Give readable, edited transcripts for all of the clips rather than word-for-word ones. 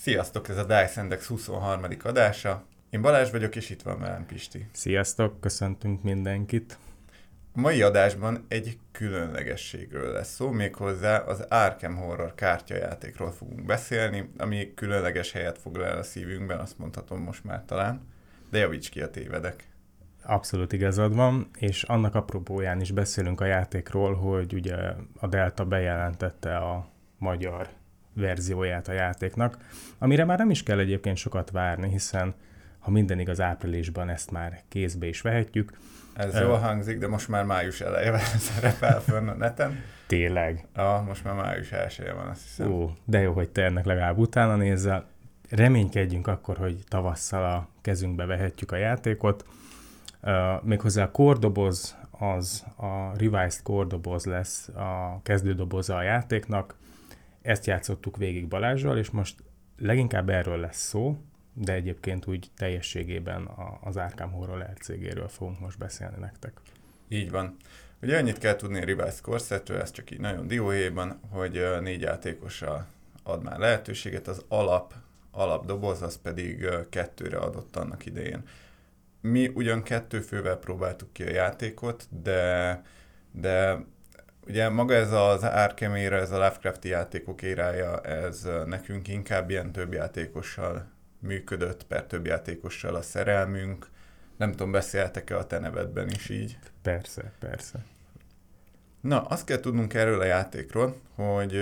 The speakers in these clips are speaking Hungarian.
Sziasztok, ez a Dice Index 23. adása. Én Balázs vagyok, és itt van velem Pisti. Sziasztok, köszöntünk mindenkit. A mai adásban egy különlegességről lesz szó, méghozzá az Arkham Horror kártyajátékról fogunk beszélni, ami különleges helyet foglal el a szívünkben, azt mondhatom most már talán, de javíts ki, a tévedek. Abszolút igazad van, és annak apropóján is beszélünk a játékról, hogy ugye a Delta bejelentette a magyar verzióját a játéknak, amire már nem is kell egyébként sokat várni, hiszen ha minden igaz, áprilisban ezt már kézbe is vehetjük. Ez jól hangzik, de most már május eleje szerepel fönn a neten. Tényleg. Most már május 1-je van, azt hiszem. De jó, hogy te ennek legalább utána nézzel. Reménykedjünk akkor, hogy tavasszal a kezünkbe vehetjük a játékot. Méghozzá a core-doboz, az a revised core-doboz lesz a kezdődoboza a játéknak. Ezt játszottuk végig Balázsral, és most leginkább erről lesz szó, de egyébként úgy teljességében az Arkham Horror RCG-ről fogunk most beszélni nektek. Így van. Ugye annyit kell tudni a Revised Core Setről, ez csak így nagyon dióhéjban, hogy 4 játékossal ad már lehetőséget, az alapdoboz, az pedig 2-re adott annak idején. Mi ugyan 2 fővel próbáltuk ki a játékot, de ugye maga ez az Arkham éra, ez a Lovecrafti játékok érája, ez nekünk inkább ilyen több játékossal működött, per több játékossal a szerelmünk. Nem tudom, beszéltek-e a te nevedben is így? Persze. Na, azt kell tudnunk erről a játékról, hogy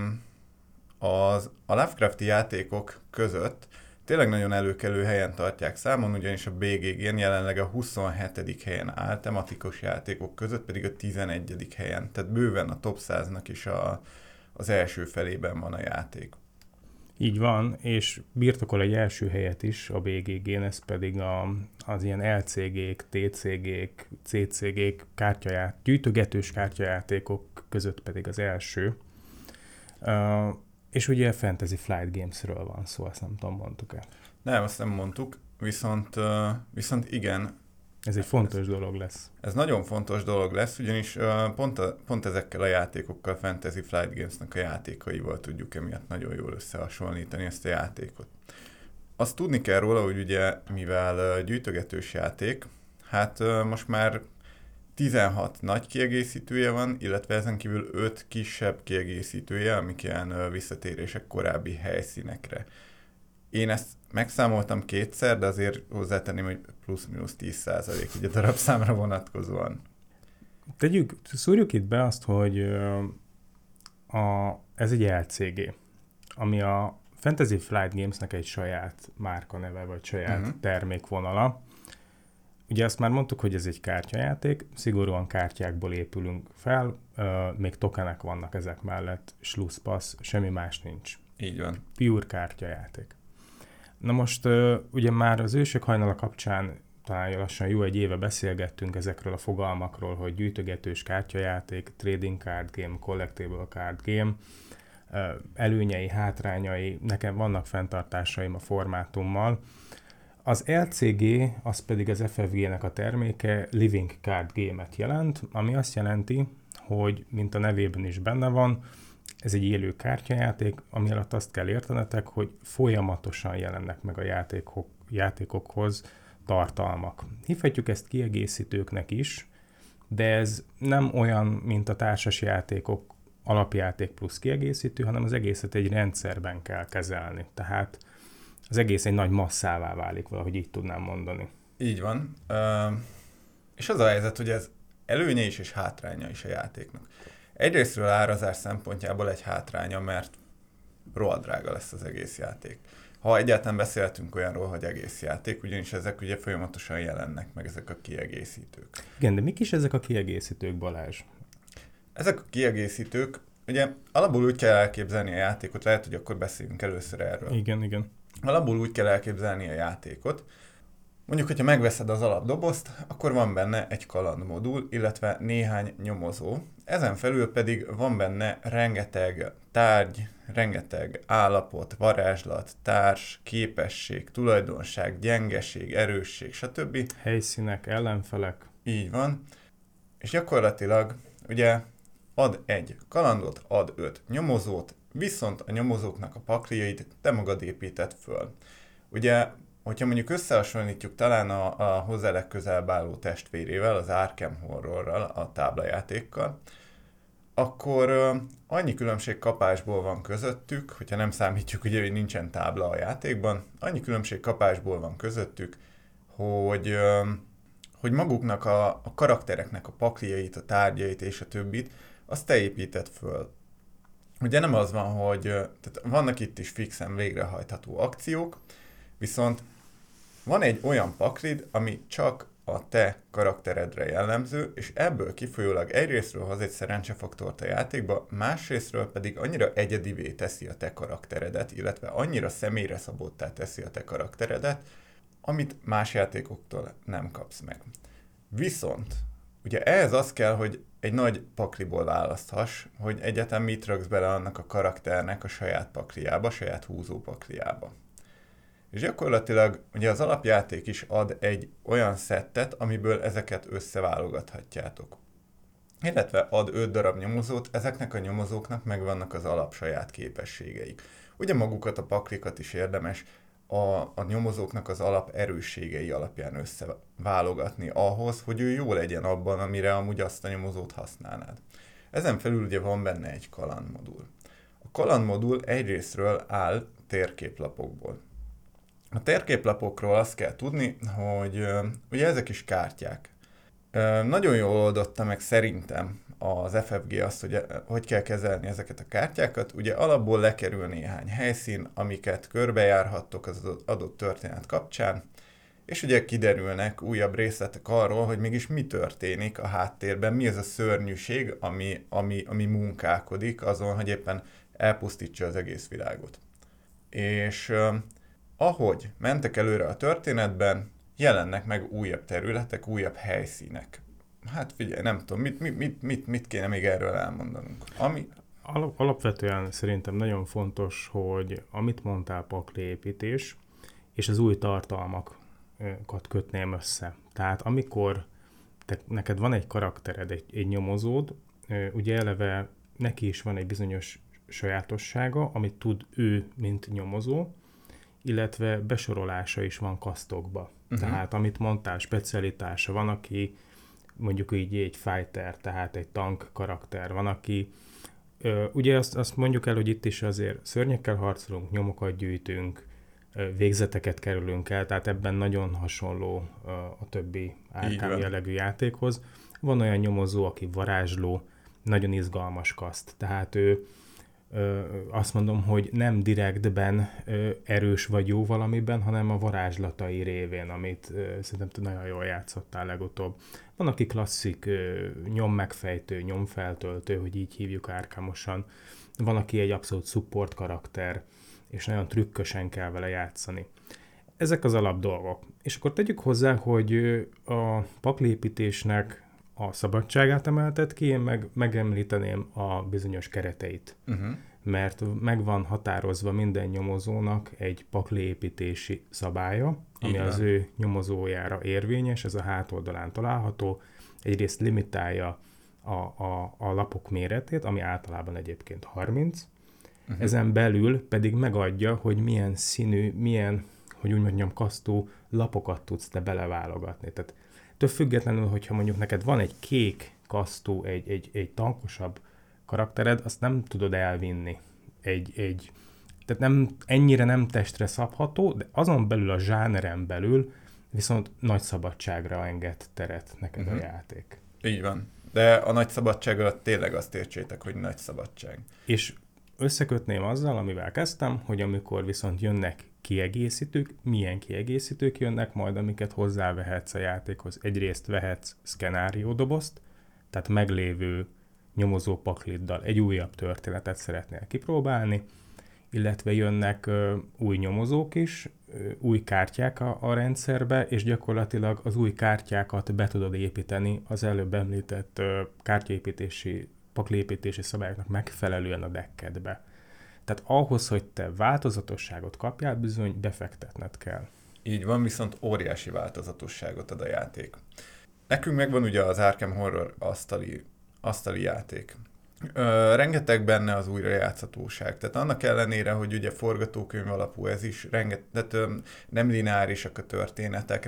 a Lovecrafti játékok között tényleg nagyon előkelő helyen tartják számon, ugyanis a BGG-n jelenleg a 27. helyen áll, tematikus játékok között pedig a 11. helyen, tehát bőven a top 100-nak is az első felében van a játék. Így van, és birtokol egy első helyet is a BGG-n, ez pedig az ilyen LCG-k, TCG-k, CCG-k, gyűjtögetős kártyajátékok között pedig az első. És ugye Fantasy Flight Games-ről van szó, azt nem tudom, mondtuk-e? Nem, azt nem mondtuk, viszont igen. Ez egy fontos dolog lesz. Ez nagyon fontos dolog lesz, ugyanis pont ezekkel a játékokkal, Fantasy Flight Games-nek a játékaival tudjuk emiatt nagyon jól összehasonlítani ezt a játékot. Azt tudni kell róla, hogy ugye, mivel gyűjtögetős játék, hát most már 16 nagy kiegészítője van, illetve ezen kívül 5 kisebb kiegészítője, amik ilyen visszatérések korábbi helyszínekre. Én ezt megszámoltam 2-szer, de azért hozzátenném, hogy plusz-minusz 10% így a darabszámra vonatkozóan. Szúrjuk itt be azt, hogy ez egy LCG, ami a Fantasy Flight Games-nek egy saját márkaneve, vagy saját termékvonala. Ugye azt már mondtuk, hogy ez egy kártyajáték, szigorúan kártyákból épülünk fel, még tokenek vannak ezek mellett, slusszpassz, semmi más nincs. Így van. Pure kártyajáték. Na most ugye már az ősök hajnala kapcsán talán lassan jó egy éve beszélgettünk ezekről a fogalmakról, hogy gyűjtögetős kártyajáték, trading card game, collectible card game, előnyei, hátrányai, nekem vannak fenntartásaim a formátummal. Az LCG, az pedig az FFG-nek a terméke, Living Card Game-et jelent, ami azt jelenti, hogy, mint a nevében is benne van, ez egy élő kártyajáték, ami alatt azt kell értenetek, hogy folyamatosan jelennek meg a játékokhoz tartalmak. Hívhatjuk ezt kiegészítőknek is, de ez nem olyan, mint a társas játékok, alapjáték plusz kiegészítő, hanem az egészet egy rendszerben kell kezelni. Tehát az egész egy nagy masszává válik, valahogy így tudnám mondani. Így van. És az a helyzet, hogy ez előnye is és hátránya is a játéknak. Egyrésztről árazás szempontjából egy hátránya, mert rohadt drága lesz az egész játék. Ha egyáltalán beszéltünk olyanról, hogy egész játék, ugyanis ezek ugye folyamatosan jelennek meg, ezek a kiegészítők. Igen, de mik is ezek a kiegészítők, Balázs? Ezek a kiegészítők, ugye alapból úgy kell elképzelni a játékot, lehet, hogy akkor beszéljünk először erről. Igen. Alapból úgy kell elképzelni a játékot, mondjuk, hogyha megveszed az alapdobozt, akkor van benne egy kalandmodul, illetve néhány nyomozó. Ezen felül pedig van benne rengeteg tárgy, rengeteg állapot, varázslat, társ, képesség, tulajdonság, gyengeség, erősség, stb. Helyszínek, ellenfelek. Így van. És gyakorlatilag ugye ad egy kalandot, ad 5 nyomozót, viszont a nyomozóknak a pakliait te magad építed föl. Ugye, hogyha mondjuk összehasonlítjuk talán a hozzá legközelebb álló testvérével, az Arkham Horrorral, a táblajátékkal, akkor annyi különbség kapásból van közöttük, hogyha nem számítjuk ugye, hogy nincsen tábla a játékban, annyi különbség kapásból van közöttük, hogy maguknak a karaktereknek a pakliait, a tárgyait és a többit, azt te építed föl. Ugye nem az van, hogy tehát vannak itt is fixen végrehajtható akciók, viszont van egy olyan paklid, ami csak a te karakteredre jellemző, és ebből kifolyólag egyrésztről hoz egy szerencsefaktort a játékba, másrésztről pedig annyira egyedivé teszi a te karakteredet, illetve annyira személyre szabottá teszi a te karakteredet, amit más játékoktól nem kapsz meg. Viszont, ugye ehhez az kell, hogy egy nagy pakliból választhass, hogy egyetem mit raksz bele annak a karakternek a saját pakliába, saját húzó pakliába. És gyakorlatilag ugye az alapjáték is ad egy olyan szettet, amiből ezeket összeválogathatjátok. Illetve ad 5 darab nyomozót, ezeknek a nyomozóknak megvannak az alap saját képességeik. Ugye magukat a paklikat is érdemes a nyomozóknak az alap erősségei alapján összeválogatni ahhoz, hogy ő jó legyen abban, amire amúgy azt a nyomozót használnád. Ezen felül ugye van benne egy kalandmodul. A kalandmodul egyrésztről áll térképlapokból. A térképlapokról azt kell tudni, hogy ugye ezek is kártyák. Nagyon jól oldotta meg szerintem az FFG azt, hogy kell kezelni ezeket a kártyákat. Ugye alapból lekerül néhány helyszín, amiket körbejárhattok az adott történet kapcsán, és ugye kiderülnek újabb részletek arról, hogy mégis mi történik a háttérben, mi az a szörnyűség, ami munkálkodik azon, hogy éppen elpusztítsa az egész világot. És ahogy mentek előre a történetben, jelennek meg újabb területek, újabb helyszínek. Hát figyelj, nem tudom, mit kéne még erről elmondanunk? Alapvetően szerintem nagyon fontos, hogy amit mondtál, pakliépítés, és az új tartalmakat kötném össze. Tehát amikor neked van egy karaktered, egy nyomozód, ugye eleve neki is van egy bizonyos sajátossága, amit tud ő, mint nyomozó, illetve besorolása is van kasztokba. Tehát amit mondtál, specialitása, van, aki mondjuk így egy fighter, tehát egy tank karakter, van, aki ugye azt mondjuk el, hogy itt is azért szörnyekkel harcolunk, nyomokat gyűjtünk, végzeteket kerülünk el, tehát ebben nagyon hasonló a többi Arkham jellegű játékhoz. Van olyan nyomozó, aki varázsló, nagyon izgalmas kaszt, tehát ő azt mondom, hogy nem direktben erős vagy jó valamiben, hanem a varázslatai révén, amit szerintem nagyon jól játszottál legutóbb. Van, aki klasszik nyommegfejtő, nyomfeltöltő, hogy így hívjuk Arkhamosan. Van, aki egy abszolút support karakter, és nagyon trükkösen kell vele játszani. Ezek az alap dolgok. És akkor tegyük hozzá, hogy a pakliépítésnek a szabadságát emeltet ki, én megemlíteném a bizonyos kereteit. Mert meg van határozva minden nyomozónak egy pakliépítési szabálya, ami az ő nyomozójára érvényes, ez a hátoldalán található. Egyrészt limitálja a lapok méretét, ami általában egyébként 30. Ezen belül pedig megadja, hogy milyen színű, milyen, hogy úgy mondjam, kasztú lapokat tudsz te beleválogatni. Tehát több függetlenül, hogyha mondjuk neked van egy kék kasztú, egy tankosabb karaktered, azt nem tudod elvinni. Tehát ennyire nem testre szabható, de azon belül a zsáneren belül viszont nagy szabadságra enged teret neked a játék. Így van. De a nagy szabadság alatt tényleg azt értsétek, hogy nagy szabadság. És összekötném azzal, amivel kezdtem, hogy amikor viszont jönnek kiegészítők, milyen kiegészítők jönnek majd, amiket hozzávehetsz a játékhoz. Egyrészt vehetsz szkenáriódobozt, tehát meglévő nyomozó pakliddal egy újabb történetet szeretnél kipróbálni, illetve jönnek új nyomozók is, új kártyák a rendszerbe, és gyakorlatilag az új kártyákat be tudod építeni az előbb említett kártyaépítési, pakliépítési szabályoknak megfelelően a deckedbe. Tehát ahhoz, hogy te változatosságot kapjál, bizony befektetned kell. Így van, viszont óriási változatosságot ad a játék. Nekünk megvan ugye az Arkham Horror asztali játék. Rengeteg benne az újrajátszhatóság. Tehát annak ellenére, hogy ugye forgatókönyv alapú ez is, tehát nem lineárisak a történetek,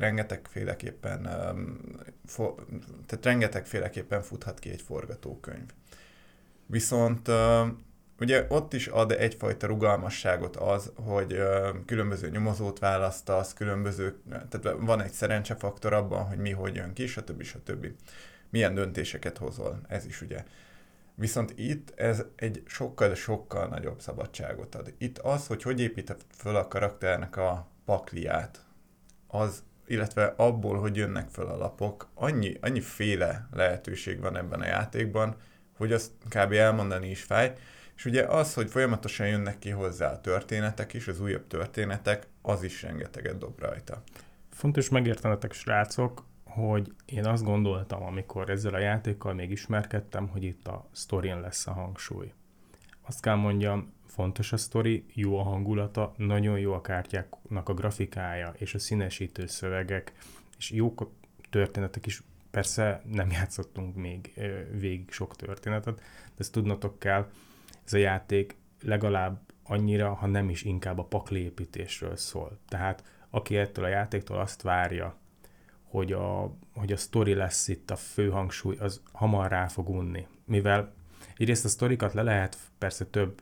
tehát rengetegféleképpen futhat ki egy forgatókönyv. Viszont ugye ott is ad egyfajta rugalmasságot az, hogy különböző nyomozót választasz, tehát van egy szerencsefaktor abban, hogy mi hogy jön ki, stb. Milyen döntéseket hozol, ez is ugye. Viszont itt ez egy sokkal nagyobb szabadságot ad. Itt az, hogy építed föl a karakternek a pakliát, illetve abból, hogy jönnek föl a lapok, annyi féle lehetőség van ebben a játékban, hogy azt kb. Elmondani is fáj. És ugye az, hogy folyamatosan jönnek ki hozzá a történetek is, az újabb történetek, az is rengeteget dob rajta. Fontos megértenetek, srácok, hogy én azt gondoltam, amikor ezzel a játékkal még ismerkedtem, hogy itt a sztorin lesz a hangsúly. Azt kell mondjam, fontos a sztori, jó a hangulata, nagyon jó a kártyáknak a grafikája, és a színesítő szövegek, és jó történetek is. Persze nem játszottunk még végig sok történetet, de ezt tudnotok kell, ez a játék legalább annyira, ha nem is inkább a pakliépítésről szól. Tehát aki ettől a játéktól azt várja, hogy a sztori lesz itt a fő hangsúly, az hamar rá fog unni. Mivel egyrészt a sztorikat le lehet persze több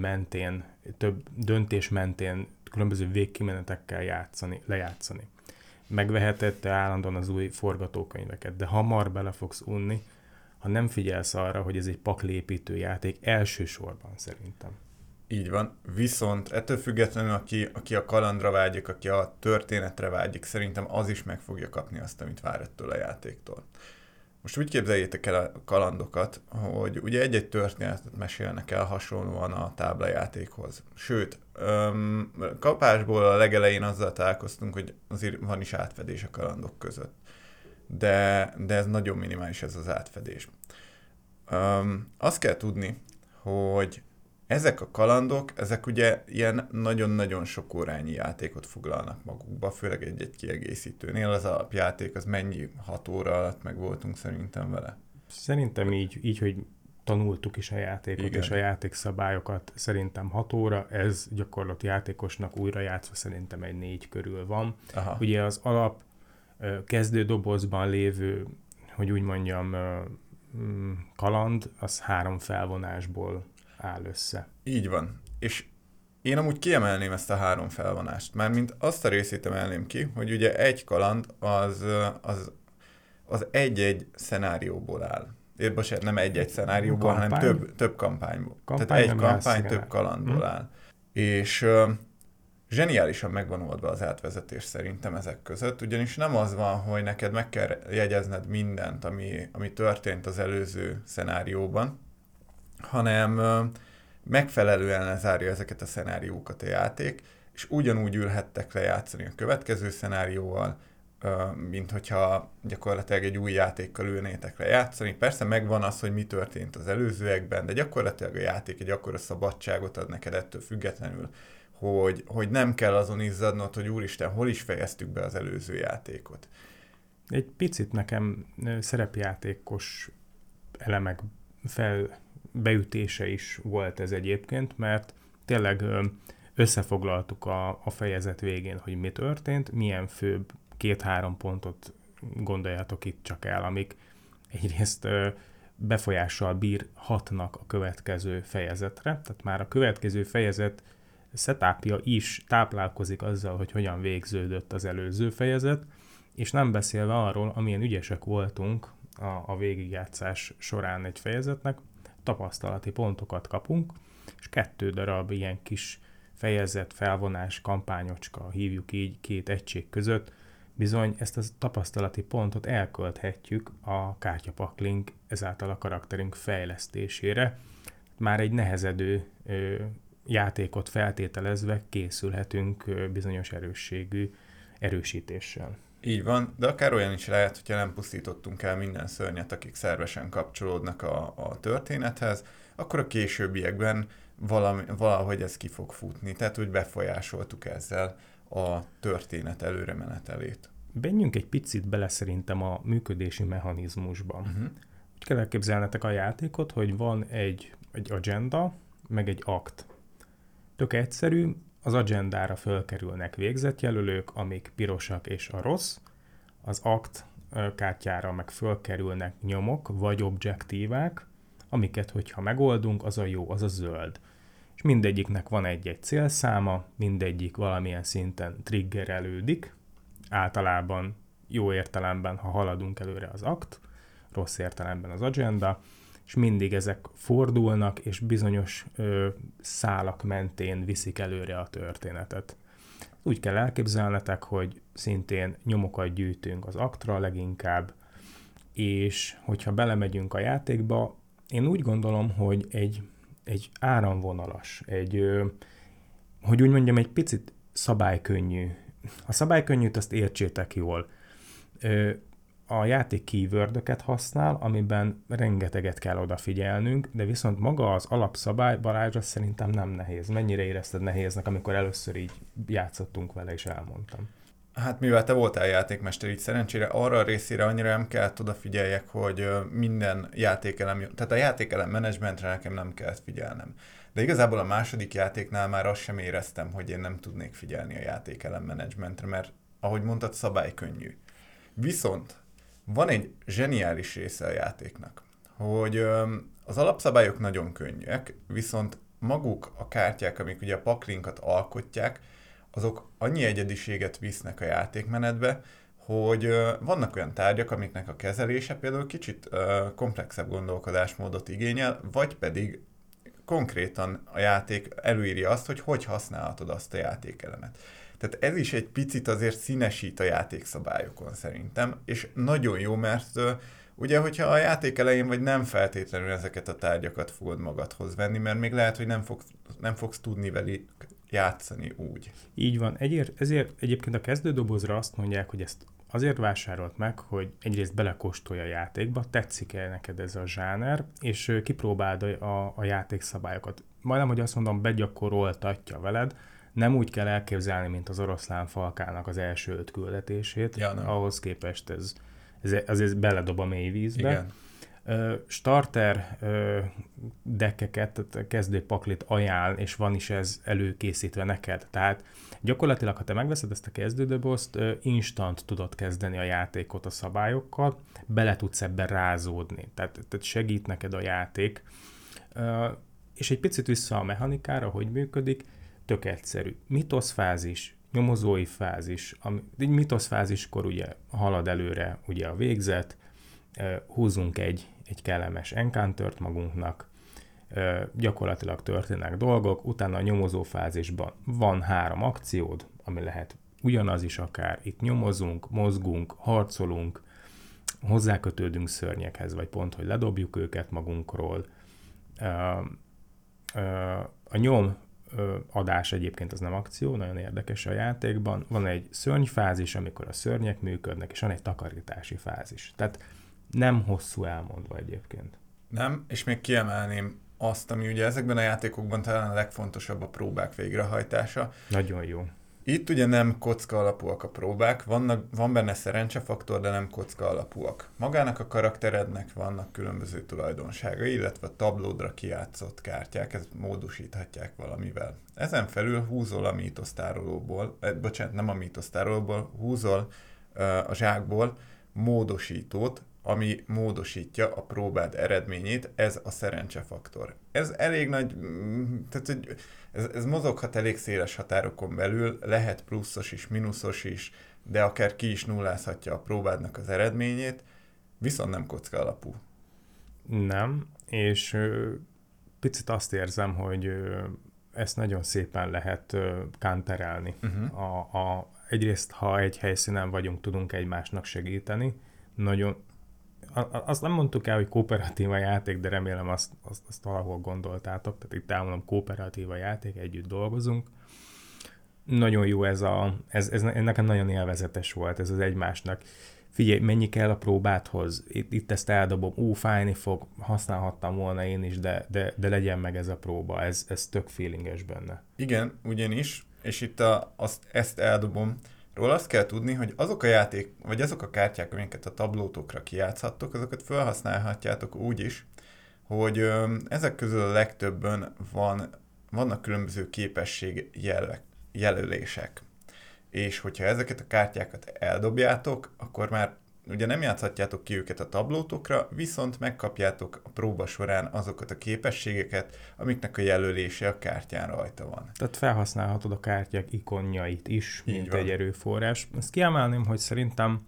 döntés mentén, különböző végkimenetekkel lejátszani. Megveheted te állandóan az új forgatókönyveket, de hamar bele fogsz unni, ha nem figyelsz arra, hogy ez egy pakliépítő játék elsősorban szerintem. Így van, viszont ettől függetlenül, aki a kalandra vágyik, aki a történetre vágyik, szerintem az is meg fogja kapni azt, amit vár ettől a játéktól. Most úgy képzeljétek el a kalandokat, hogy ugye egy-egy történetet mesélnek el hasonlóan a táblajátékhoz. Sőt, kapásból a legelején azzal találkoztunk, hogy azért van is átfedés a kalandok között. De ez nagyon minimális ez az átfedés. Azt kell tudni, hogy ezek a kalandok, ezek ugye ilyen nagyon-nagyon sok órányi játékot foglalnak magukba, főleg egy-egy kiegészítőnél. Az alapjáték az mennyi 6 óra alatt meg voltunk szerintem vele? Szerintem így hogy tanultuk is a játékot, igen, és a játékszabályokat szerintem 6 óra, ez gyakorlati játékosnak újra játszva szerintem egy 4 körül van. Aha. Ugye az alap kezdődobozban lévő, hogy úgy mondjam, kaland, az 3 felvonásból áll össze. Így van. És én amúgy kiemelném ezt a 3 felvonást. Mármint azt a részét emelném ki, hogy ugye egy kaland az egy-egy szenárióból áll. Bocsánat, nem egy-egy szenárióból, hanem több kampányból. Tehát egy kampány több kalandból áll. És zseniálisan megvan oldva az átvezetés szerintem ezek között, ugyanis nem az van, hogy neked meg kell jegyezned mindent, ami történt az előző szenárióban, hanem megfelelően lezárja ezeket a szenáriókat a játék, és ugyanúgy ülhettek le játszani a következő szenárióval, mint hogyha gyakorlatilag egy új játékkal ülnétek le játszani. Persze megvan az, hogy mi történt az előzőekben, de gyakorlatilag a játék egy akkora szabadságot ad neked ettől függetlenül, hogy nem kell azon izzadnod, hogy úristen, hol is fejeztük be az előző játékot. Egy picit nekem szerepjátékos elemek beütése is volt ez egyébként, mert tényleg összefoglaltuk a fejezet végén, hogy mi történt, milyen főbb 2-3 pontot gondoljátok itt csak el, amik egyrészt befolyással bírhatnak a következő fejezetre, tehát már a következő fejezet setupja is táplálkozik azzal, hogy hogyan végződött az előző fejezet, és nem beszélve arról, amilyen ügyesek voltunk a végigjátszás során egy fejezetnek, tapasztalati pontokat kapunk, és 2 darab ilyen kis fejezet, felvonás, kampányocska, hívjuk így, 2 egység között, bizony ezt a tapasztalati pontot elkölthetjük a kártyapaklink, ezáltal a karakterünk fejlesztésére. Már egy nehezedő játékot feltételezve készülhetünk bizonyos erősségű erősítéssel. Így van, de akár olyan is lehet, hogyha nem pusztítottunk el minden szörnyet, akik szervesen kapcsolódnak a történethez, akkor a későbbiekben valahogy ez ki fog futni. Tehát úgy befolyásoltuk ezzel a történet előremenetelét. Menjünk egy picit bele szerintem a működési mechanizmusban. kell elképzelnetek a játékot, hogy van egy agenda, meg egy akt. Tök egyszerű, az agendára fölkerülnek végzetjelölők, amik pirosak és a rossz, az akt kártyára meg fölkerülnek nyomok vagy objektívák, amiket, hogyha megoldunk, az a jó, az a zöld. És mindegyiknek van egy-egy célszáma, mindegyik valamilyen szinten triggerelődik, általában jó értelemben, ha haladunk előre az akt, rossz értelemben az agenda, és mindig ezek fordulnak, és bizonyos szálak mentén viszik előre a történetet. Úgy kell elképzelnetek, hogy szintén nyomokat gyűjtünk az aktra leginkább, és hogyha belemegyünk a játékba, én úgy gondolom, hogy egy áramvonalas, hogy úgy mondjam, egy picit szabálykönnyű. A szabálykönnyűt azt értsétek jól. A játék keywordöket használ, amiben rengeteget kell odafigyelnünk, de viszont maga az alapszabály, Balázsra szerintem nem nehéz. Mennyire érezted nehéznek, amikor először így játszottunk vele, és elmondtam? Hát mivel te voltál játékmester, így szerencsére arra a részére annyira nem kellett odafigyeljek, hogy minden játékelem, tehát a játékelem menedzsmentre nekem nem kellett figyelnem. De igazából a második játéknál már azt sem éreztem, hogy én nem tudnék figyelni a játékelem menedzsmentre, mert ahogy mondtad, szabálykönnyű. Viszont van egy zseniális része a játéknak, hogy az alapszabályok nagyon könnyűek, viszont maguk a kártyák, amik ugye a paklinkat alkotják, azok annyi egyediséget visznek a játékmenetbe, hogy vannak olyan tárgyak, amiknek a kezelése például kicsit komplexebb gondolkodásmódot igényel, vagy pedig konkrétan a játék előírja azt, hogy használhatod azt a játékelemet. Tehát ez is egy picit azért színesít a játékszabályokon szerintem, és nagyon jó, mert ugye, hogyha a játék elején vagy nem feltétlenül ezeket a tárgyakat fogod magadhoz venni, mert még lehet, hogy nem fogsz tudni velük játszani úgy. Így van. Ezért egyébként a kezdődobozra azt mondják, hogy ezt azért vásárolt meg, hogy egyrészt belekóstolja a játékba, tetszik-e neked ez a zsáner, és kipróbáld a játékszabályokat. Majdnem, hogy azt mondom, begyakoroltatja veled, nem úgy kell elképzelni, mint az oroszlán falkának az első 5 küldetését. Ja, ahhoz képest ez azért beledob a mély vízbe. Igen. Starter deckeket, tehát kezdőpaklit ajánl, és van is ez előkészítve neked. Tehát gyakorlatilag, ha te megveszed ezt a kezdődobozt, instant tudod kezdeni a játékot a szabályokkal, bele tudsz ebben rázódni. Tehát segít neked a játék. És egy picit vissza a mechanikára, hogy működik, tök egyszerű. Mitoszfázis, nyomozói fázis. Mitoszfáziskor ugye halad előre ugye a végzet, húzunk egy kellemes encountert magunknak, gyakorlatilag történnek dolgok, utána a nyomozó fázisban van 3 akciód, ami lehet ugyanaz is akár, itt nyomozunk, mozgunk, harcolunk, hozzákötődünk szörnyekhez, vagy pont, hogy ledobjuk őket magunkról. A nyom adás egyébként az nem akció, nagyon érdekes a játékban. Van egy szörnyfázis, amikor a szörnyek működnek, és van egy takarítási fázis. Tehát nem hosszú elmondva egyébként. Nem, és még kiemelném azt, ami ugye ezekben a játékokban talán a legfontosabb, a próbák végrehajtása. Nagyon jó. Itt ugye nem kocka alapúak a próbák, van benne szerencsefaktor, de nem kocka alapúak. Magának a karakterednek vannak különböző tulajdonságai, illetve a tablódra kijátszott kártyák, ezt módosíthatják valamivel. Ezen felül húzol a mítosztárolóból, nem a mítosztárolóból, húzol a zsákból módosítót, ami módosítja a próbád eredményét, ez a szerencsefaktor. Ez elég nagy, tehát ez mozoghat elég széles határokon belül, lehet pluszos is, mínuszos is, de akár ki is nullázhatja a próbádnak az eredményét, viszont nem kocka alapú. Nem, és picit azt érzem, hogy ezt nagyon szépen lehet counterelni. Egyrészt, ha egy helyszínen vagyunk, tudunk egymásnak segíteni, nagyon azt nem mondtuk el, hogy kooperatív a játék, de remélem azt valahol gondoltátok, tehát itt elmondom, kooperatív a játék, együtt dolgozunk. Nagyon jó ez nekem nagyon élvezetes volt ez az egymásnak. Figyelj, mennyi kell a próbádhoz, itt ezt eldobom, fájni fog, használhattam volna én is, de legyen meg ez a próba, ez tök feelinges benne. Igen, ugyanis, és itt ezt eldobom, Róla azt kell tudni, hogy azok a vagy azok a kártyák, amiket a tablótokra kijátszhattok, azokat felhasználhatjátok úgy is, hogy ezek közül a legtöbben vannak különböző jelölések. És hogyha ezeket a kártyákat eldobjátok, akkor már ugye nem játszhatjátok ki őket a tablótokra, viszont megkapjátok a próba során azokat a képességeket, amiknek a jelölése a kártyán rajta van. Tehát felhasználhatod a kártyák ikonjait is, Így mint van. egy erőforrás. Ezt kiemelném, hogy szerintem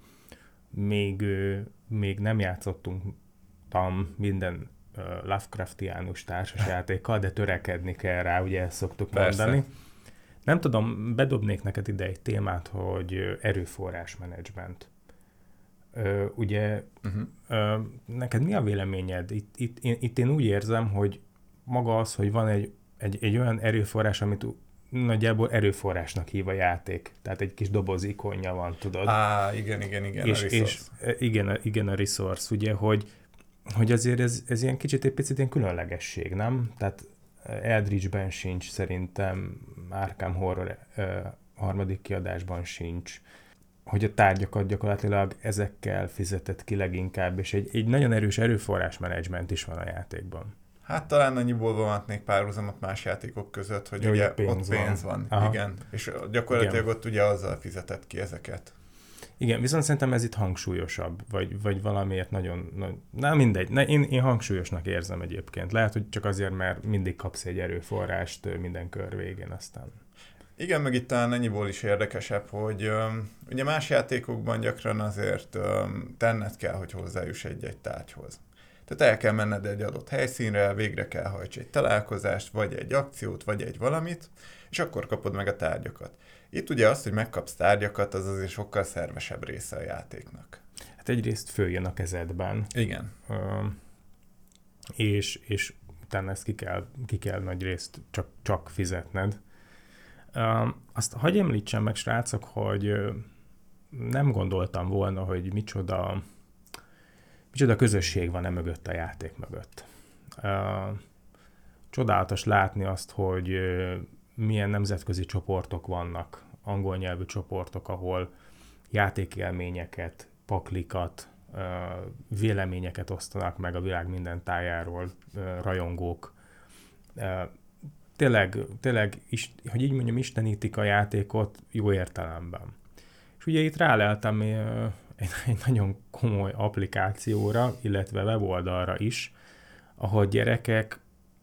még nem játszottunk minden Lovecraftiánus társasjátékkal, de törekedni kell rá, ugye ezt szoktuk mondani. Nem tudom, bedobnék neked ide egy témát, hogy erőforrás menedzsment. Ugye, neked mi a véleményed? Itt én úgy érzem, hogy maga az, hogy van egy olyan erőforrás, amit nagyjából erőforrásnak hív a játék. Tehát egy kis doboz ikonja van, tudod? Igen, a resource. Igen, a resource, ugye, hogy azért ez ilyen kicsit, egy picit ilyen különlegesség, nem? Tehát Eldritchben sincs, szerintem Arkham Horror harmadik kiadásban sincs, hogy a tárgyakat gyakorlatilag ezekkel fizetett ki leginkább, és egy nagyon erős erőforrás menedzsment is van a játékban. Hát talán annyiból vonatnék párhuzamot más játékok között, hogy ugye ott pénz van. Igen, és gyakorlatilag ott ugye azzal fizetett ki ezeket. Igen, viszont szerintem ez itt hangsúlyosabb, vagy valamiért na mindegy, én hangsúlyosnak érzem egyébként. Lehet, hogy csak azért, mert mindig kapsz egy erőforrást minden kör végén aztán. Igen, meg itt talán ennyiból is érdekesebb, hogy ugye más játékokban gyakran azért tenned kell, hogy hozzájuss egy tárgyhoz. Tehát el kell menned egy adott helyszínre, végre kell hajts egy találkozást, vagy egy akciót, vagy egy valamit, és akkor kapod meg a tárgyakat. Itt ugye azt, hogy megkapsz tárgyakat, az azért sokkal szervesebb része a játéknak. Hát egyrészt följön a kezedben. Igen. És utána ezt ki kell nagy részt csak fizetned. Azt hagyj említsem meg, srácok, hogy nem gondoltam volna, hogy micsoda közösség van mögött a játék mögött. Csodálatos látni azt, hogy milyen nemzetközi csoportok vannak, angol nyelvű csoportok, ahol játékélményeket, paklikat, véleményeket osztanak meg a világ minden tájáról, rajongók. Tényleg, hogy így mondjam, istenítik a játékot jó értelemben. És ugye itt ráleltem egy nagyon komoly applikációra, illetve weboldalra is, ahol gyerekek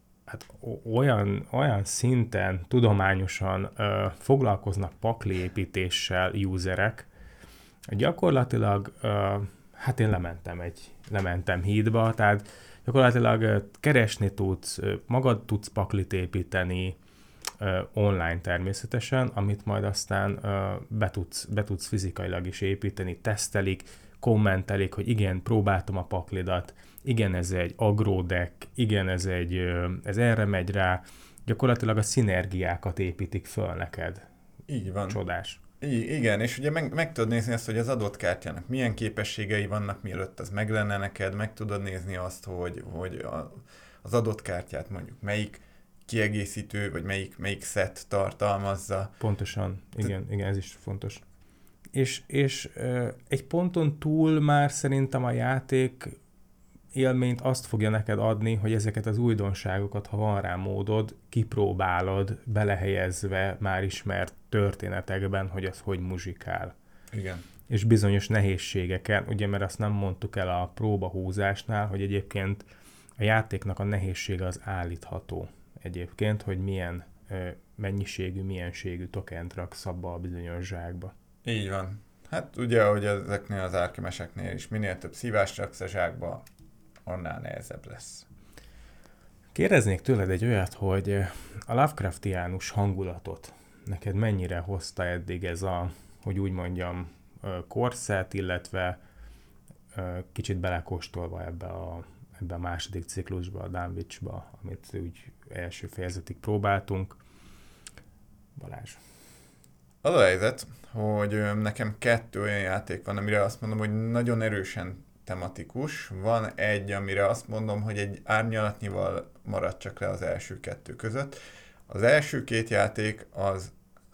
olyan szinten tudományosan foglalkoznak pakliépítéssel userek, gyakorlatilag én lementem hídba, tehát gyakorlatilag keresni tudsz, magad tudsz paklit építeni online természetesen, amit majd aztán be tudsz fizikailag is építeni, tesztelik, kommentelik, hogy igen, próbáltam a paklidat, igen, ez egy agro-deck, igen, ez erre megy rá, gyakorlatilag a szinergiákat építik föl neked. Így van. Csodás. Igen, és ugye meg tudod nézni azt, hogy az adott kártyának milyen képességei vannak, mielőtt az meg lenne neked, meg tudod nézni azt, hogy az adott kártyát mondjuk melyik kiegészítő, vagy melyik set tartalmazza. Pontosan, igen, ez is fontos. És egy ponton túl már szerintem a játék élményt azt fogja neked adni, hogy ezeket az újdonságokat, ha van rá módod, kipróbálod, belehelyezve már ismert történetekben, hogy az hogy muzsikál. Igen. És bizonyos nehézségeken, ugye, mert azt nem mondtuk el a próbahúzásnál, hogy egyébként a játéknak a nehézsége az állítható egyébként, hogy milyen mennyiségű, mienségű tokent raksz abba a bizonyos zsákba. Így van. Hát ugye, ahogy ezeknél az árkemeseknél is, minél több szívást raksz a zsákba, annál nehezebb lesz. Kérdeznék tőled egy olyat, hogy a Lovecraftiánus hangulatot neked mennyire hozta eddig ez a, hogy úgy mondjam, korszert, illetve kicsit belekóstolva ebbe a második ciklusba, a Dunwich-ba, amit úgy első fejezetig próbáltunk. Balázs. Az a helyzet, hogy nekem 2 olyan játék van, amire azt mondom, hogy nagyon erősen tematikus. Van egy, amire azt mondom, hogy egy árnyalatnyival marad csak le az első 2 között. Az első 2 játék az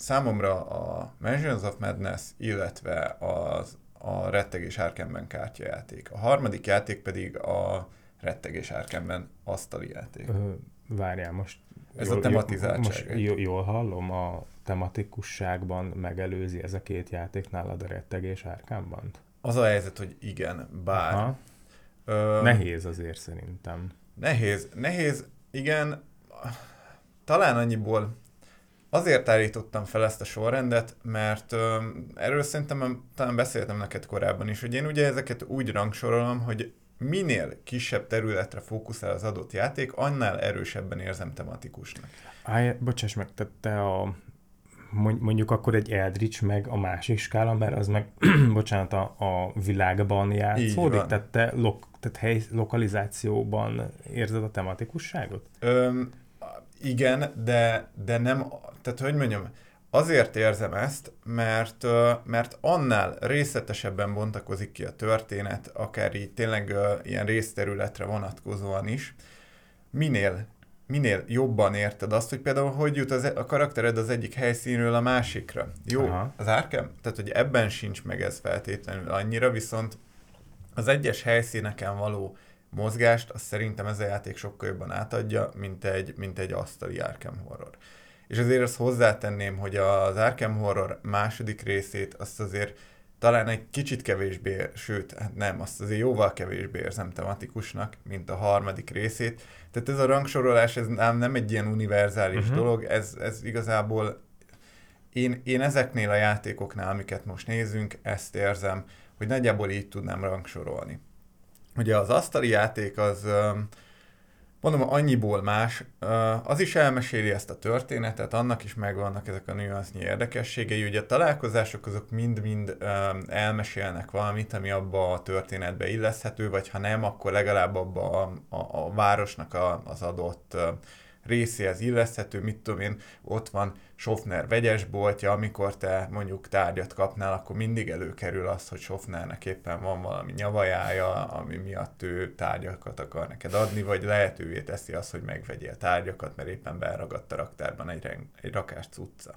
számomra a Mansions of Madness, illetve a Rettegés Árkemben kártyajáték. A harmadik játék pedig a Rettegés Árkemben asztali játék. Várjál, most Ez a tematizáltság. Most jól hallom, a tematikusságban megelőzi ez a két játék nálad a Rettegés Árkemben? Az a helyzet, hogy igen, bár... Nehéz azért szerintem. Nehéz, igen. Talán annyiból azért állítottam fel ezt a sorrendet, mert erről szerintem talán beszéltem neked korábban is, hogy én ugye ezeket úgy rangsorolom, hogy minél kisebb területre fókuszál az adott játék, annál erősebben érzem tematikusnak. Bocsáss meg, te mondjuk akkor egy Eldritch meg a másik skála, mert az meg, bocsánat, a világban játszódik, tehát te lokalizációban érzed a tematikusságot? Igen, de nem, tehát hogy mondjam, azért érzem ezt, mert annál részletesebben bontakozik ki a történet, akár így tényleg ilyen részterületre vonatkozóan is, minél jobban érted azt, hogy például hogy jut a karaktered az egyik helyszínről a másikra. Jó, Aha. Az Arkham, tehát hogy ebben sincs meg ez feltétlenül annyira, viszont az egyes helyszíneken való mozgást, azt szerintem ez a játék sokkal jobban átadja, mint egy asztali Arkham Horror. És azért azt hozzátenném, hogy az Arkham Horror második részét azt azért talán egy kicsit kevésbé, sőt, hát nem, azt azért jóval kevésbé érzem tematikusnak, mint a harmadik részét. Tehát ez a rangsorolás, ez nem egy ilyen univerzális dolog, ez igazából én ezeknél a játékoknál, amiket most nézünk, ezt érzem, hogy nagyjából így tudnám rangsorolni. Ugye az asztali játék az, mondom, annyiból más, az is elmeséli ezt a történetet, annak is megvannak ezek a nüansznyi érdekességei, ugye a találkozások azok mind-mind elmesélnek valamit, ami abba a történetbe illeszthető, vagy ha nem, akkor legalább abba a városnak az adott részéhez illeszthető, mit tudom én, ott van Schaffner vegyesboltja, amikor te mondjuk tárgyat kapnál, akkor mindig előkerül az, hogy Schaffnernek éppen van valami nyavajája, ami miatt ő tárgyakat akar neked adni, vagy lehetővé teszi azt, hogy megvegyél tárgyakat, mert éppen beragadt a raktárban egy rakás cucca.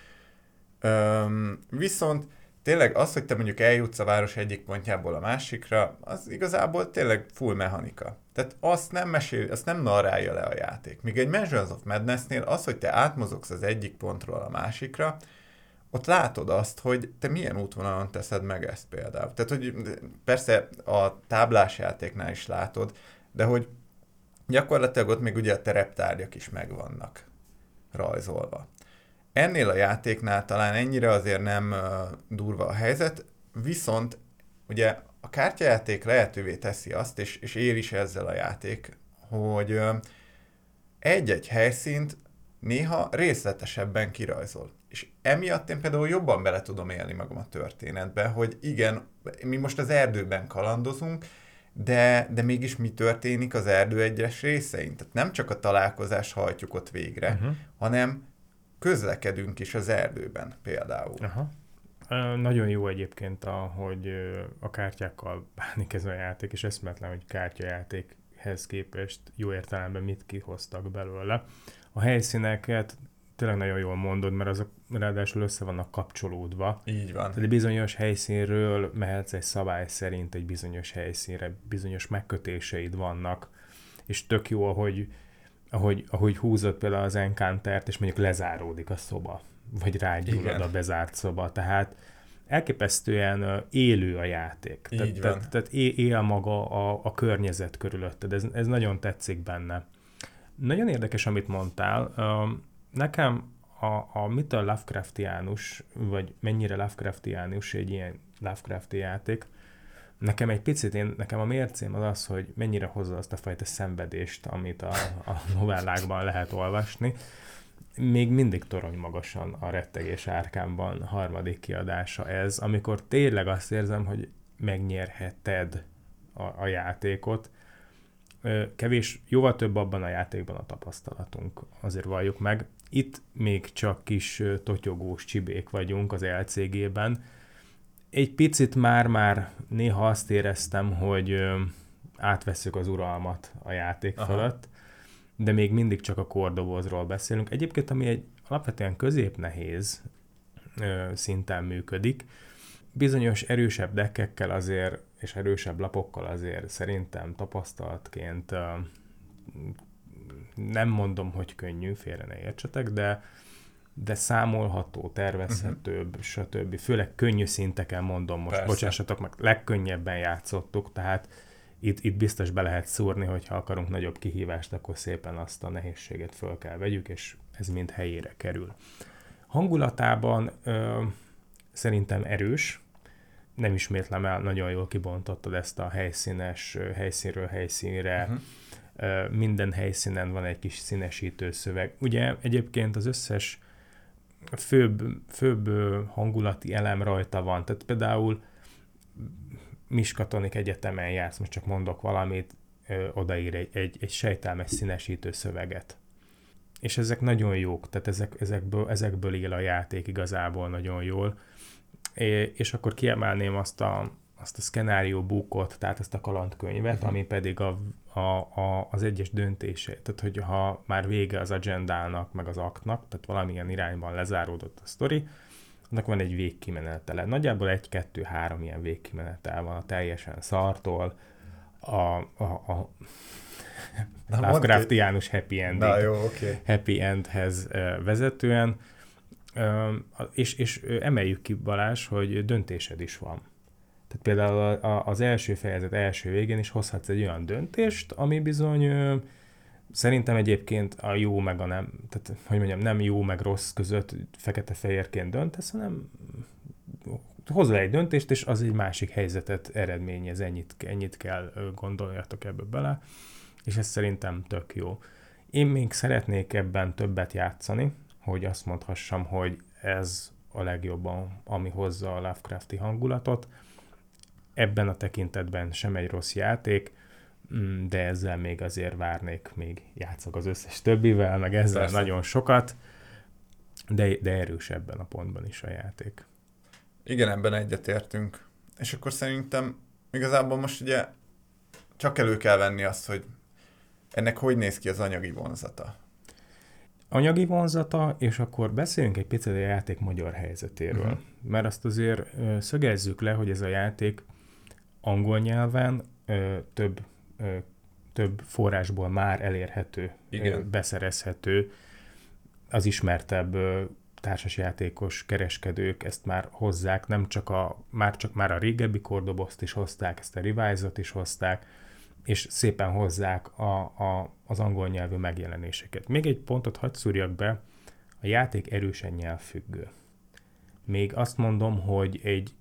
Viszont tényleg az, hogy te mondjuk eljutsz a város egyik pontjából a másikra, az igazából tényleg full mechanika. Tehát azt nem narrálja le a játék. Míg egy Mansions of Madnessnél az, hogy te átmozogsz az egyik pontról a másikra, ott látod azt, hogy te milyen útvonalon teszed meg ezt például. Tehát, hogy persze a táblás játéknál is látod, de hogy gyakorlatilag ott még ugye a tereptárgyak is megvannak rajzolva. Ennél a játéknál talán ennyire azért nem durva a helyzet, viszont ugye a kártyajáték lehetővé teszi azt, és ér is ezzel a játék, hogy egy-egy helyszínt néha részletesebben kirajzol. És emiatt én például jobban bele tudom élni magam a történetbe, hogy igen, mi most az erdőben kalandozunk, de mégis mi történik az erdő egyes részein. Tehát nem csak a találkozást hajtjuk ott végre, hanem közlekedünk is az erdőben például. Aha. Nagyon jó egyébként, ahogy a kártyákkal bánik ez a játék, és eszméletlen, hogy kártyajátékhez képest jó értelemben mit kihoztak belőle. A helyszíneket tényleg nagyon jól mondod, mert azok ráadásul össze vannak kapcsolódva. Így van. Tehát egy bizonyos helyszínről mehetsz egy szabály szerint egy bizonyos helyszínre, bizonyos megkötéseid vannak, és tök jó, ahogy húzod például az Encountert, és mondjuk lezáródik a szoba, vagy rágyullad a bezárt szoba. Tehát elképesztően élő a játék. Tehát él maga a környezet körülötted. Ez nagyon tetszik benne. Nagyon érdekes, amit mondtál. Nekem mitől Lovecraftiánus, vagy mennyire Lovecraftiánus egy ilyen Lovecrafti játék, nekem egy picit, nekem a mércém az, hogy mennyire hozza azt a fajta szenvedést, amit a novellákban lehet olvasni. Még mindig torony magasan a Rettegés Árkánban harmadik kiadása ez, amikor tényleg azt érzem, hogy megnyerheted a játékot. Jóval több abban a játékban a tapasztalatunk, azért valljuk meg. Itt még csak kis totyogós csibék vagyunk az LCG-ben. Egy picit már néha azt éreztem, hogy átveszük az uralmat a játék fölött, de még mindig csak a kordobozról beszélünk. Egyébként, ami egy alapvetően középnehéz szinten működik. Bizonyos erősebb deckekkel azért, és erősebb lapokkal azért szerintem tapasztalatként nem mondom, hogy könnyű, félre ne értsetek, de számolható, tervezhetőbb, stb. Főleg könnyű szinteken mondom most, Persze. bocsássatok meg, legkönnyebben játszottuk, tehát itt biztos be lehet szúrni, hogyha akarunk nagyobb kihívást, akkor szépen azt a nehézséget föl kell vegyük, és ez mind helyére kerül. Hangulatában szerintem erős, nem ismétlem el, nagyon jól kibontottad ezt a helyszínes, helyszínről helyszínre, minden helyszínen van egy kis színesítő szöveg. Ugye egyébként az összes főbb hangulati elem rajta van, tehát például Miskatonik Egyetemen jársz, most csak mondok valamit, odaír egy sejtelmes színesítő szöveget. És ezek nagyon jók, tehát ezekből él a játék igazából nagyon jól. És akkor kiemelném azt a scenario bookot, tehát ezt a kalandkönyvet, ami pedig az egyes döntése. Tehát, hogyha már vége az agendának, meg az aktnak, tehát valamilyen irányban lezáródott a sztori, annak van egy végkimenetele. Nagyjából 1-2-3 ilyen végkimenetel van a teljesen szartól, a Lovecraftiánus happy ending. Na jó, okay. Happy endhez vezetően. És emeljük ki, Balázs, hogy döntésed is van. Tehát például az első fejezet első végén is hozhatsz egy olyan döntést, ami bizony szerintem egyébként a jó meg a nem, tehát hogy mondjam, nem jó meg rossz között fekete-fehérként döntesz, hanem hozol egy döntést, és az egy másik helyzetet eredményez, ennyit kell gondoljatok ebbe bele, és ez szerintem tök jó. Én még szeretnék ebben többet játszani, hogy azt mondhassam, hogy ez a legjobb, ami hozza a Lovecrafti hangulatot. Ebben a tekintetben sem egy rossz játék, de ezzel még azért várnék, még játszok az összes többivel, meg ezzel persze nagyon sokat, de erős ebben a pontban is a játék. Igen, ebben egyetértünk. És akkor szerintem igazából most ugye csak elő kell venni azt, hogy ennek hogy néz ki az anyagi vonzata. Anyagi vonzata, és akkor beszéljünk egy picit a játék magyar helyzetéről. Mert azt azért szögezzük le, hogy ez a játék angol nyelven több forrásból már elérhető, beszerezhető. Az ismertebb társasjátékos kereskedők ezt már hozzák, nem csak már a régebbi kordobozt is hozták, ezt a Revise-ot is hozták, és szépen hozzák az angol nyelvű megjelenéseket. Még egy pontot hadd szúrjak be, a játék erősen nyelvfüggő. Még azt mondom, hogy egy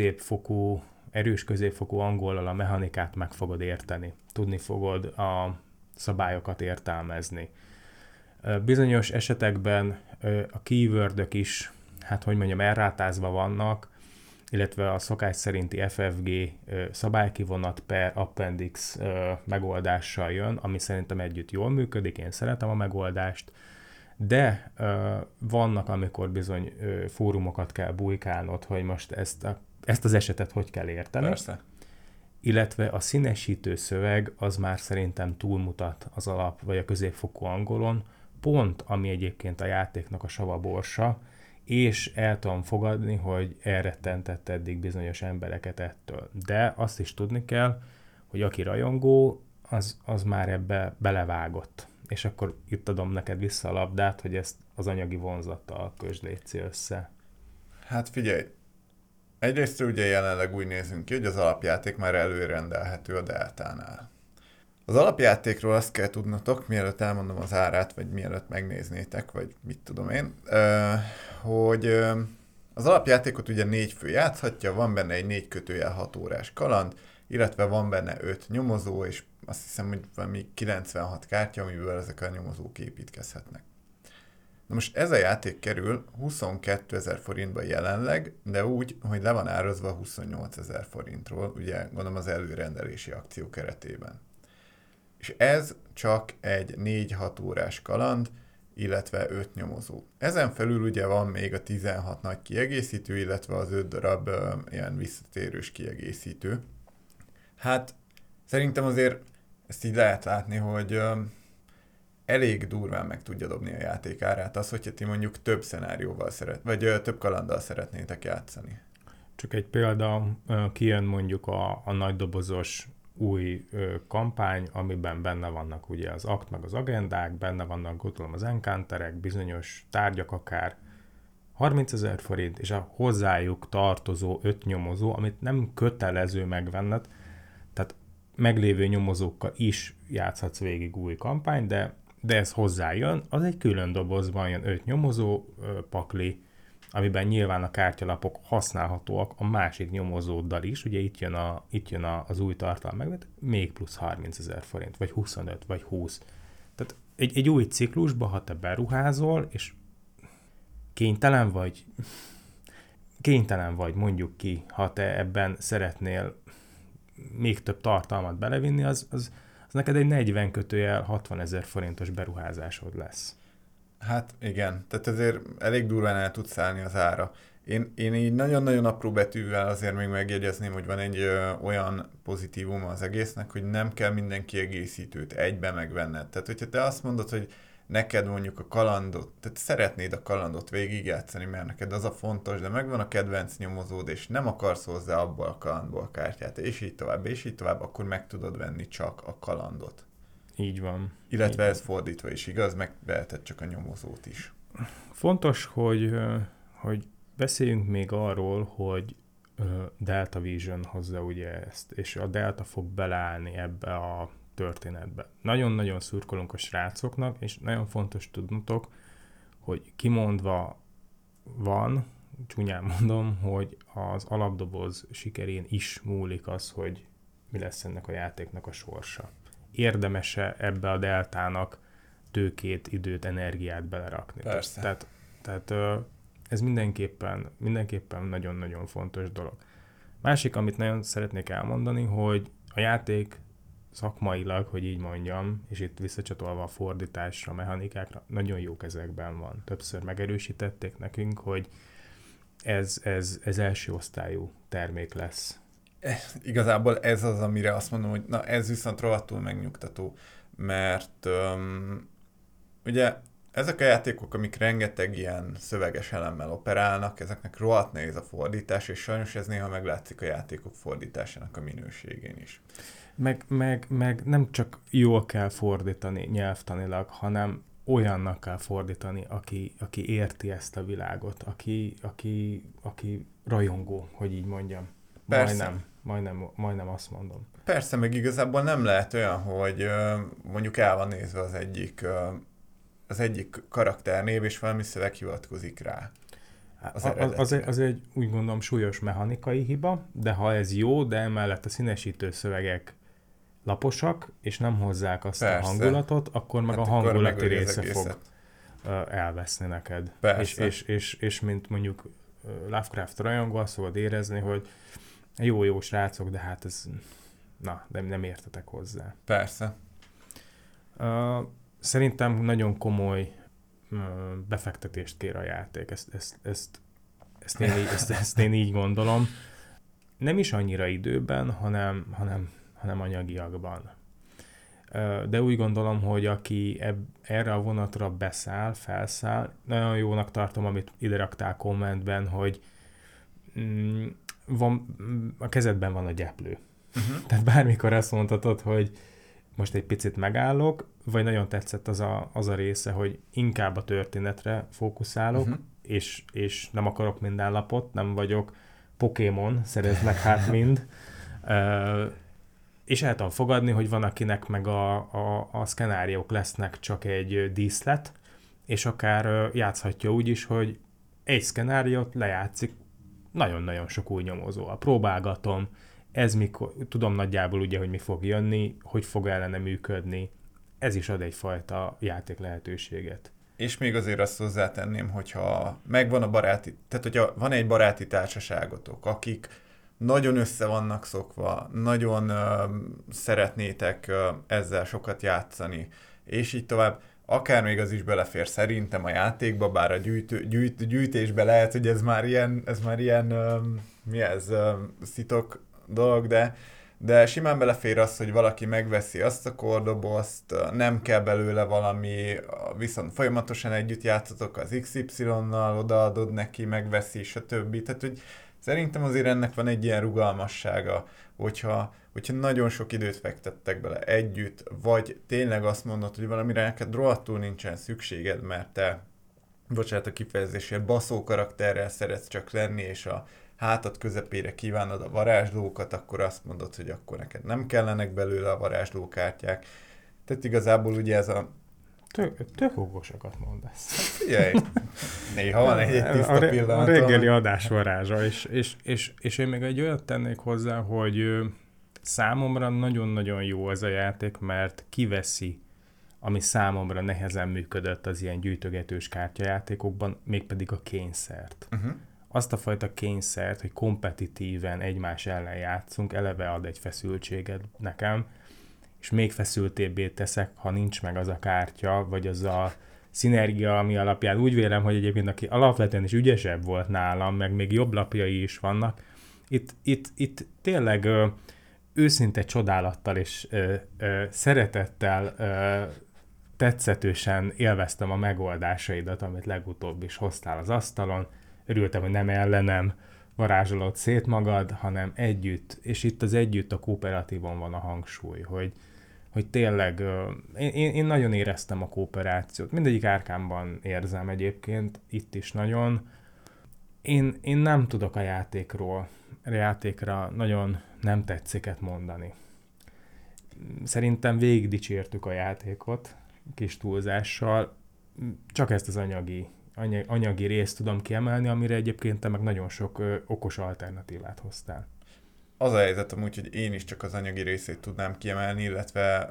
erős középfokú angollal a mechanikát meg fogod érteni. Tudni fogod a szabályokat értelmezni. Bizonyos esetekben a keywordök is, elrátázva vannak, illetve a szokás szerinti FFG szabálykivonat per appendix megoldással jön, ami szerintem együtt jól működik, én szeretem a megoldást, de vannak, amikor bizony fórumokat kell bujkálnod, hogy most ezt az esetet hogy kell érteni. Persze. Illetve a színesítő szöveg az már szerintem túlmutat az alap vagy a középfokú angolon, pont ami egyébként a játéknak a savaborsa, és el tudom fogadni, hogy elrettentett eddig bizonyos embereket ettől. De azt is tudni kell, hogy aki rajongó, az már ebbe belevágott. És akkor itt adom neked vissza a labdát, hogy ezt az anyagi vonzattal kösd létszi össze. Hát figyelj, egyrészt ugye jelenleg úgy nézünk ki, hogy az alapjáték már előrendelhető a Deltánál. Az alapjátékról azt kell tudnotok, mielőtt elmondom az árát, vagy mielőtt megnéznétek, vagy mit tudom én, hogy az alapjátékot ugye 4 fő játszhatja, van benne egy 4+6 órás kaland, illetve van benne 5 nyomozó, és azt hiszem, hogy valami 96 kártya, amiből ezek a nyomozók építkezhetnek. Na most ez a játék kerül 22 000 forintba jelenleg, de úgy, hogy le van árazva 28 000 forintról, ugye gondolom az előrendelési akció keretében. És ez csak egy 4-6 órás kaland, illetve 5 nyomozó. Ezen felül ugye van még a 16 nagy kiegészítő, illetve az 5 darab ilyen visszatérős kiegészítő. Hát szerintem azért ezt így lehet látni, hogy elég durván meg tudja dobni a játék árát az, hogyha ti mondjuk több szenárióval vagy több kalanddal szeretnétek játszani. Csak egy példa, kijön mondjuk a nagydobozos új kampány, amiben benne vannak ugye az akt meg az agendák, benne vannak gondolom az encounterek, bizonyos tárgyak akár, 30 000 forint, és a hozzájuk tartozó 5 nyomozó, amit nem kötelező megvenned, tehát meglévő nyomozókkal is játszhatsz végig új kampány, de ez hozzájön, az egy külön dobozban jön 5 nyomozó pakli, amiben nyilván a kártyalapok használhatóak a másik nyomozóddal is, ugye itt jön az új tartalom megvet, még plusz 30 000 forint, vagy 25, vagy 20. Tehát egy új ciklusba, ha te beruházol, és kénytelen vagy, mondjuk ki, ha te ebben szeretnél még több tartalmat belevinni, az neked egy 40-60 000 forintos beruházásod lesz. Hát igen, tehát ezért elég durván el tudsz állni az ára. Én így nagyon-nagyon apró betűvel azért még megjegyezném, hogy van egy olyan pozitívum az egésznek, hogy nem kell minden kiegészítőt egybe megvenned. Tehát, hogyha te azt mondod, hogy neked mondjuk a kalandot, tehát szeretnéd a kalandot végigjátszani, mert neked az a fontos, de megvan a kedvenc nyomozód, és nem akarsz hozzá abból a kalandból kártyát, és így tovább, akkor meg tudod venni csak a kalandot. Így van. Illetve ez fordítva is igaz, megveheted csak a nyomozót is. Fontos, hogy beszéljünk még arról, hogy Delta Vision hozza ugye ezt, és a Delta fog beleállni ebbe a történetbe. Nagyon-nagyon szurkolunk a srácoknak, és nagyon fontos tudnotok, hogy kimondva van, csúnyán mondom, hogy az alapdoboz sikerén is múlik az, hogy mi lesz ennek a játéknak a sorsa. Érdemes-e ebbe a Deltának tőkét, időt, energiát belerakni? Persze. Tehát ez mindenképpen nagyon-nagyon fontos dolog. Másik, amit nagyon szeretnék elmondani, hogy a játék szakmailag, hogy így mondjam, és itt visszacsatolva a fordításra, mechanikákra, nagyon jó kezekben van. Többször megerősítették nekünk, hogy ez első osztályú termék lesz. Igazából ez az, amire azt mondom, hogy na ez viszont rohadtul megnyugtató, mert ugye ezek a játékok, amik rengeteg ilyen szöveges elemmel operálnak, ezeknek rohadt nehéz a fordítás, és sajnos ez néha meglátszik a játékok fordításának a minőségén is. Meg nem csak jól kell fordítani nyelvtanilag, hanem olyannak kell fordítani, aki érti ezt a világot, aki rajongó, hogy így mondjam. Majdnem azt mondom. Persze, meg igazából nem lehet olyan, hogy mondjuk el van nézve az egyik karakternév, és valami szöveg hivatkozik rá. Az egy úgy gondolom súlyos mechanikai hiba, de ha ez jó, de emellett a színesítő szövegek laposak, és nem hozzák azt a hangulatot, akkor meg a hangulati része fog elveszni neked. És mint mondjuk Lovecraft rajongó, azt fogod érezni, hogy jó srácok, de hát ez de nem értetek hozzá. Persze. Szerintem nagyon komoly befektetést kér a játék. Ezt én így gondolom. Nem is annyira időben, hanem anyagiakban. De úgy gondolom, hogy aki erre a vonatra felszáll, nagyon jónak tartom, amit ide raktál kommentben, hogy a kezedben van a gyeplő. Uh-huh. Tehát bármikor azt mondhatod, hogy most egy picit megállok, vagy nagyon tetszett az a része, hogy inkább a történetre fókuszálok, uh-huh. és nem akarok minden lapot, nem vagyok Pokémon, szerezd meg hát mind. És el tudom fogadni, hogy van, akinek meg a szkenáriók lesznek csak egy díszlet, és akár játszhatja úgy is, hogy egy szkenáriót lejátszik nagyon-nagyon sok új nyomozóval. Próbálgatom, ez mikor, tudom nagyjából ugye, hogy mi fog jönni, hogy fog ellene működni. Ez is ad egyfajta játék lehetőséget. És még azért azt hozzátenném, hogyha megvan a baráti, tehát hogyha van egy baráti társaságotok, akik nagyon össze vannak szokva, nagyon szeretnétek ezzel sokat játszani, és így tovább, akár még az is belefér szerintem a játékba, bár a gyűjtésbe lehet, hogy ez már ilyen szitok dolog, de simán belefér az, hogy valaki megveszi azt a kordobozt, nem kell belőle valami, viszont folyamatosan együtt játszotok az XY-nal, odaadod neki, megveszi, stb. Tehát, hogy szerintem azért ennek van egy ilyen rugalmassága, hogyha nagyon sok időt fektettek bele együtt, vagy tényleg azt mondod, hogy valamire neked rohadtul nincsen szükséged, mert te, bocsánat a kifejezésért, baszó karakterrel szeretsz csak lenni, és a hátad közepére kívánod a varázslókat, akkor azt mondod, hogy akkor neked nem kellenek belőle a varázslókártyák. Tehát igazából ugye ez a... Tök okosakat mondasz. Hát figyelj, néha van egy tiszta pillanat. A reggeli adás varázsa, és én még egy olyat tennék hozzá, hogy számomra nagyon-nagyon jó ez a játék, mert kiveszi, ami számomra nehezen működött az ilyen gyűjtögetős kártyajátékokban, mégpedig a kényszert. Azt a fajta kényszert, hogy kompetitíven egymás ellen játszunk, eleve ad egy feszültséget nekem, és még feszültébbé teszek, ha nincs meg az a kártya, vagy az a szinergia, ami alapján úgy vélem, hogy egyébként aki alapvetően is ügyesebb volt nálam, meg még jobb lapjai is vannak, itt tényleg őszinte csodálattal és szeretettel, tetszetősen élveztem a megoldásaidat, amit legutóbb is hoztál az asztalon. Örültem, hogy nem ellenem varázsolod szét magad, hanem együtt, és itt az együtt a kooperatívon van a hangsúly, hogy tényleg én nagyon éreztem a kooperációt. Mindegyik árkámban érzem egyébként, itt is nagyon. Én nem tudok a játékra nagyon nem tetsziket mondani. Szerintem végig dicsértük a játékot, kis túlzással, csak ezt az anyagi részt tudom kiemelni, amire egyébként te meg nagyon sok okos alternatívát hoztál. Az a helyzet amúgy, hogy én is csak az anyagi részét tudnám kiemelni, illetve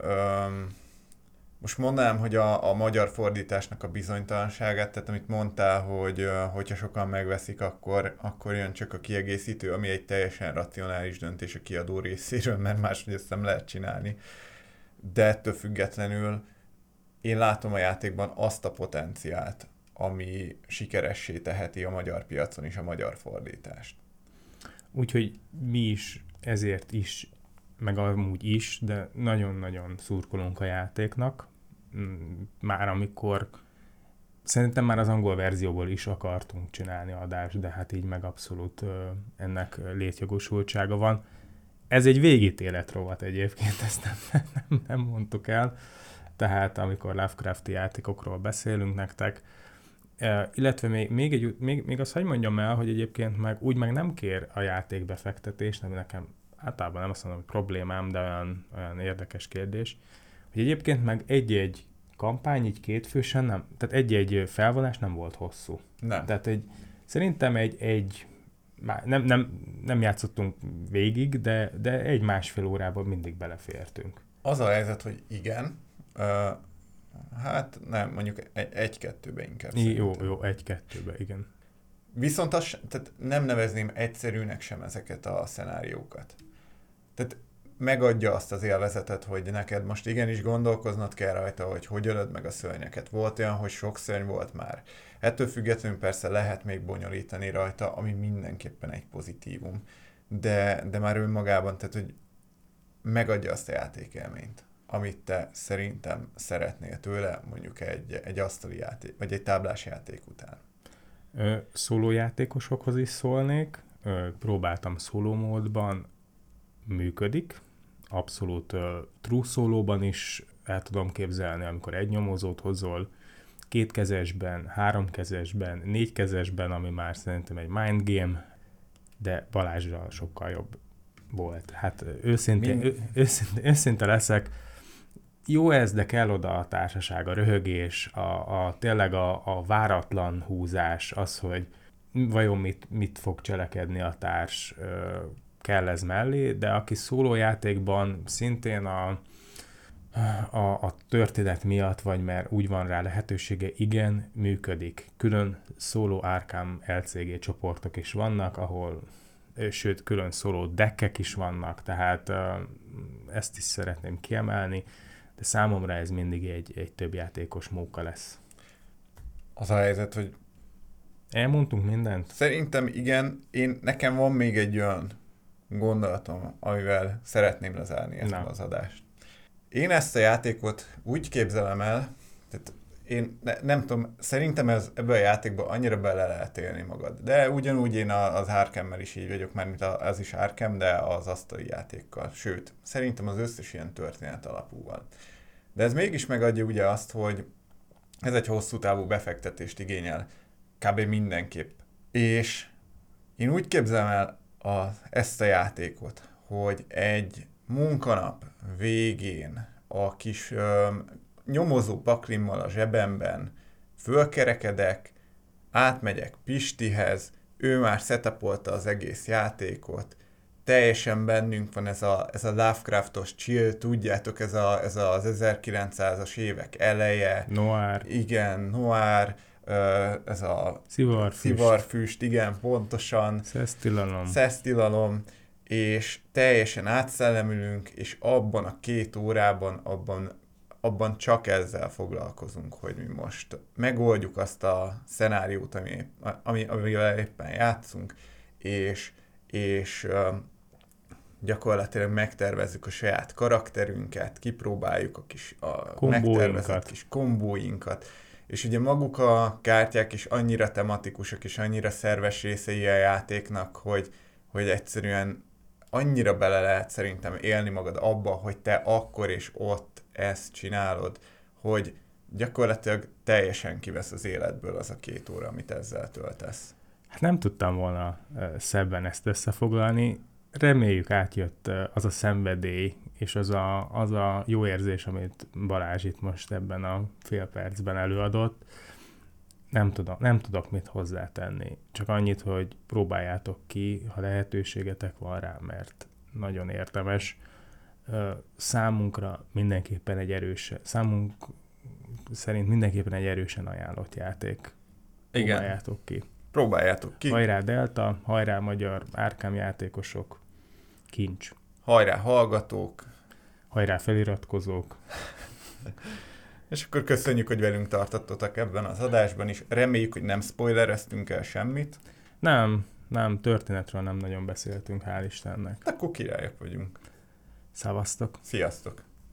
most mondanám, hogy a magyar fordításnak a bizonytalanságát, tehát amit mondtál, hogy hogyha sokan megveszik, akkor jön csak a kiegészítő, ami egy teljesen racionális döntés a kiadó részéről, mert máshogy ezt nem lehet csinálni. De ettől függetlenül én látom a játékban azt a potenciált, ami sikeressé teheti a magyar piacon is a magyar fordítást. Úgyhogy mi is ezért is, meg amúgy is, de nagyon-nagyon szurkolunk a játéknak. Már amikor szerintem már az angol verzióból is akartunk csinálni adást, de hát így meg abszolút ennek létjogosultsága van. Ez egy végítélet rovat egyébként, ezt nem mondtuk el. Tehát amikor Lovecrafti játékokról beszélünk nektek, illetve még azt, hogy mondjam el, hogy egyébként úgy meg nem kér a játékbefektetés, ami nekem általában nem azt mondom, hogy problémám, de olyan érdekes kérdés, hogy egyébként meg egy-egy kampány, így kétfősen nem, tehát egy-egy felvonás nem volt hosszú. Nem. Tehát szerintem nem játszottunk végig, de egy-másfél órában mindig belefértünk. Az a helyzet, hogy igen, hát nem, mondjuk egy-kettőbe inkább. Jó, egy-kettőbe, igen. Viszont tehát nem nevezném egyszerűnek sem ezeket a szenáriókat. Tehát megadja azt az élvezetet, hogy neked most igenis gondolkoznod kell rajta, hogy ölöd meg a szörnyeket. Volt olyan, hogy sok szörny volt már. Ettől függetlenül persze lehet még bonyolítani rajta, ami mindenképpen egy pozitívum. De már önmagában, tehát hogy megadja azt a játékélményt, amit te szerintem szeretnél tőle, mondjuk egy asztali játék, vagy egy táblás játék után. Szólójátékosokhoz is szólnék. Próbáltam szóló módban, működik. Abszolút true szólóban is el tudom képzelni, amikor egy nyomozót hozol, 2 kezesben, 3 kezesben, 4 kezesben, ami már szerintem egy mind game, de Balázsra sokkal jobb volt. Hát őszinte leszek, jó ez, de kell oda a társaság, a röhögés, tényleg a váratlan húzás, az, hogy vajon mit fog cselekedni a társ, kell ez mellé, de aki szólójátékban szintén a történet miatt, vagy mert úgy van rá lehetősége, igen, működik. Külön szóló Arkham LCG csoportok is vannak, sőt, külön szóló deckek is vannak, tehát ezt is szeretném kiemelni, de számomra ez mindig egy többjátékos móka lesz. Az a helyzet, hogy elmondtunk mindent? Szerintem igen. Nekem van még egy olyan gondolatom, amivel szeretném lezárni ezt az adást. Én ezt a játékot úgy képzelem el, tehát én nem tudom, szerintem ebbe a játékba annyira bele lehet élni magad. De ugyanúgy én az Arkham-mel is így vagyok, mert az is Arkham, de az asztali játékkal. Sőt, szerintem az összes ilyen történet alapúval. De ez mégis megadja ugye azt, hogy ez egy hosszú távú befektetést igényel. Kb. Mindenképp. És én úgy képzelem el ezt a játékot, hogy egy munkanap végén a kis nyomozó paklimmal a zsebemben fölkerekedek, átmegyek Pistihez, ő már setupolta az egész játékot, teljesen bennünk van ez a Lovecraftos chill, tudjátok, ez az 1900-as évek eleje. Noir. Igen, noir, ez a szivarfüst, igen, pontosan. Szesztilalom, és teljesen átszellemülünk, és abban a 2 órában, abban csak ezzel foglalkozunk, hogy mi most megoldjuk azt a szenáriót, amivel éppen játszunk, és gyakorlatilag megtervezzük a saját karakterünket, kipróbáljuk a megtervezett kis kombóinkat, és ugye maguk a kártyák is annyira tematikusak, és annyira szerves részei a játéknak, hogy egyszerűen annyira bele lehet szerintem élni magad abba, hogy te akkor és ott ezt csinálod, hogy gyakorlatilag teljesen kivesz az életből az a 2 óra, amit ezzel töltesz. Hát nem tudtam volna szebben ezt összefoglalni. Reméljük átjött az a szenvedély, és az a jó érzés, amit Balázs itt most ebben a fél percben előadott. Nem tudok mit hozzátenni. Csak annyit, hogy próbáljátok ki, ha lehetőségetek van rá, mert nagyon érdemes. Számunkra mindenképpen számunk szerint mindenképpen egy erősen ajánlott játék. Próbáljátok ki. Próbáljátok ki. Hajrá Delta, hajrá magyar Arkham játékosok, kincs. Hajrá hallgatók. Hajrá feliratkozók. És akkor köszönjük, hogy velünk tartottatok ebben az adásban is. Reméljük, hogy nem spoilereztünk el semmit. Nem, történetről nem nagyon beszéltünk, hál' Istennek. Akkor királyok vagyunk. Szevasztok. Sziasztok.